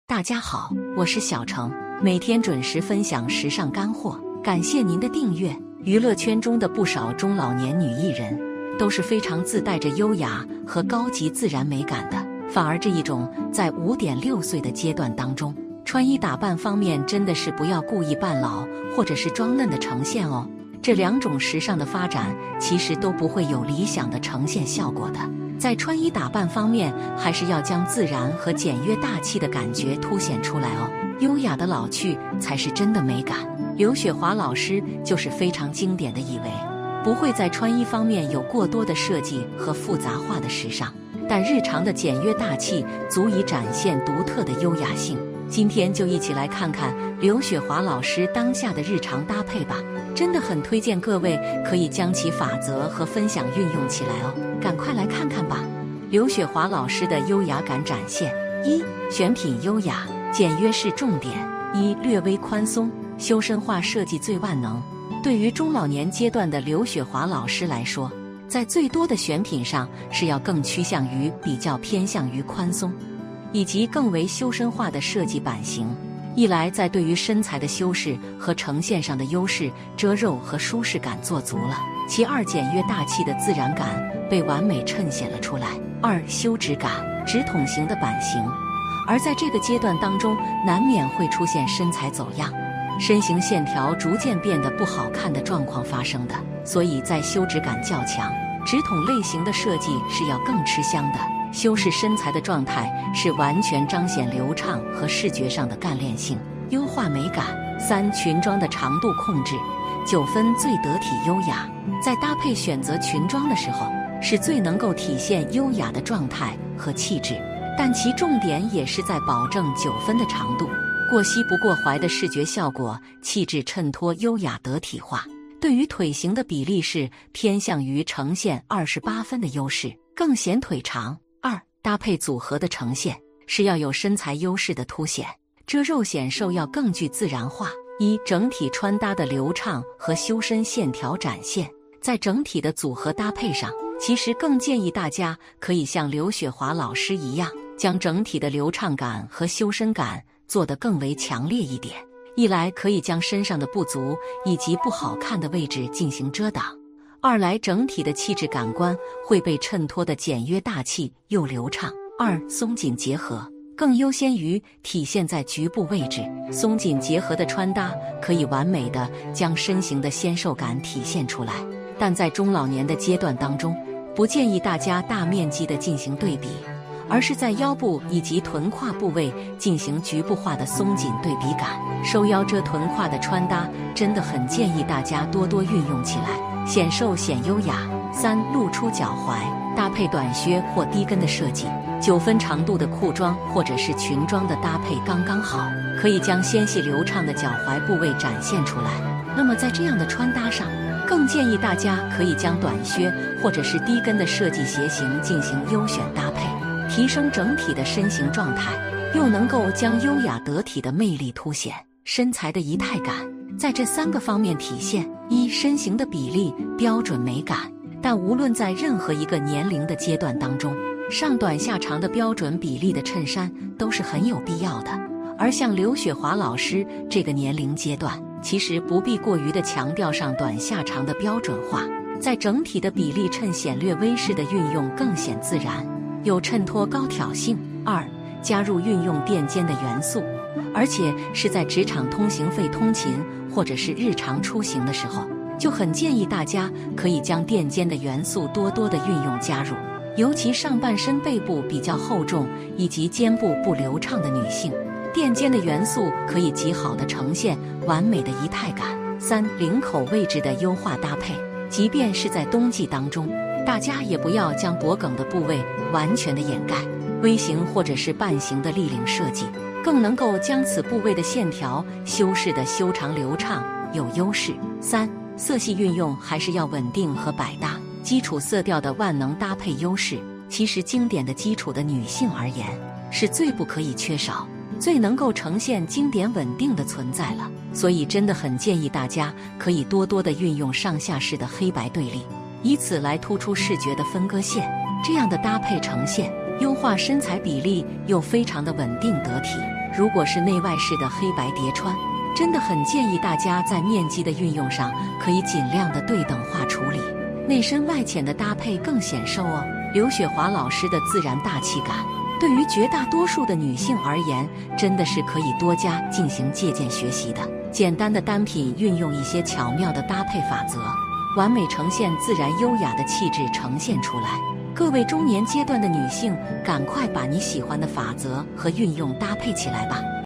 大家好，我是小程，每天准时分享时尚干货，感谢您的订阅。娱乐圈中的不少中老年女艺人都是非常自带着优雅和高级自然美感的，反而这一种在5.6岁的阶段当中，穿衣打扮方面真的是不要故意扮老或者是装嫩的呈现哦。这两种时尚的发展其实都不会有理想的呈现效果的。在穿衣打扮方面，还是要将自然和简约大气的感觉凸显出来哦。优雅的老去才是真的美感。刘雪华老师就是非常经典的以为不会在穿衣方面有过多的设计和复杂化的时尚，但日常的简约大气足以展现独特的优雅性。今天就一起来看看刘雪华老师当下的日常搭配吧，真的很推荐各位可以将其法则和分享运用起来哦，赶快来看看吧。刘雪华老师的优雅感展现：一、选品优雅，简约是重点；一、略微宽松，修身化设计最万能。对于中老年阶段的刘雪华老师来说，在最多的选品上是要更趋向于比较偏向于宽松，以及更为修身化的设计版型。一来在对于身材的修饰和呈现上的优势，遮肉和舒适感做足了；其二，简约大气的自然感被完美衬显了出来。二、修直感，直筒型的版型。而在这个阶段当中，难免会出现身材走样，身形线条逐渐变得不好看的状况发生的，所以在修直感较强、直筒类型的设计是要更吃香的。修饰身材的状态是完全彰显流畅和视觉上的干练性，优化美感。三、裙装的长度控制，9分最得体优雅。在搭配选择裙装的时候，是最能够体现优雅的状态和气质，但其重点也是在保证9分的长度，过膝不过踝的视觉效果，气质衬托优雅得体化。对于腿型的比例是偏向于呈现28分的优势，更显腿长。二、搭配组合的呈现是要有身材优势的凸显，遮肉显瘦要更具自然化。一、整体穿搭的流畅和修身线条展现。在整体的组合搭配上，其实更建议大家可以像刘雪华老师一样，将整体的流畅感和修身感做得更为强烈一点。一来可以将身上的不足以及不好看的位置进行遮挡，二来整体的气质感官会被衬托的简约大气又流畅。二、松紧结合，更优先于体现在局部位置。松紧结合的穿搭可以完美的将身形的纤瘦感体现出来，但在中老年的阶段当中，不建议大家大面积的进行对比，而是在腰部以及臀胯部位进行局部化的松紧对比感。收腰遮臀胯的穿搭真的很建议大家多多运用起来，显瘦显优雅。三、露出脚踝，搭配短靴或低跟的设计，9分长度的裤装或者是裙装的搭配刚刚好，可以将纤细流畅的脚踝部位展现出来。那么在这样的穿搭上，更建议大家可以将短靴或者是低跟的设计鞋型进行优选搭配，提升整体的身形状态，又能够将优雅得体的魅力凸显，身材的仪态感在这3个方面体现。一、身形的比例标准美感，但无论在任何一个年龄的阶段当中，上短下长的标准比例的衬衫都是很有必要的。而像刘雪华老师这个年龄阶段，其实不必过于的强调上短下长的标准化，在整体的比例衬显略微式的运用更显自然，有衬托高挑性。二、加入运用垫肩的元素，而且是在职场通行费通勤或者是日常出行的时候，就很建议大家可以将垫肩的元素多多的运用加入，尤其上半身背部比较厚重以及肩部不流畅的女性，垫肩的元素可以极好的呈现完美的仪态感。三、领口位置的优化搭配，即便是在冬季当中，大家也不要将脖梗的部位完全的掩盖，微型或者是半形的立领设计更能够将此部位的线条修饰的修长流畅有优势。三、色系运用还是要稳定和百搭，基础色调的万能搭配优势，其实经典的基础的女性而言是最不可以缺少，最能够呈现经典稳定的存在了。所以真的很建议大家可以多多的运用上下式的黑白对立，以此来突出视觉的分割线，这样的搭配呈现优化身材比例又非常的稳定得体。 如果是内外式的黑白叠穿，真的很建议大家在面积的运用上可以尽量的对等化处理，内深外浅的搭配更显瘦哦。刘雪华老师的自然大气感，对于绝大多数的女性而言，真的是可以多加进行借鉴学习的。简单的单品运用一些巧妙的搭配法则，完美呈现自然优雅的气质呈现出来。各位中年阶段的女性，赶快把你喜欢的法则和运用搭配起来吧。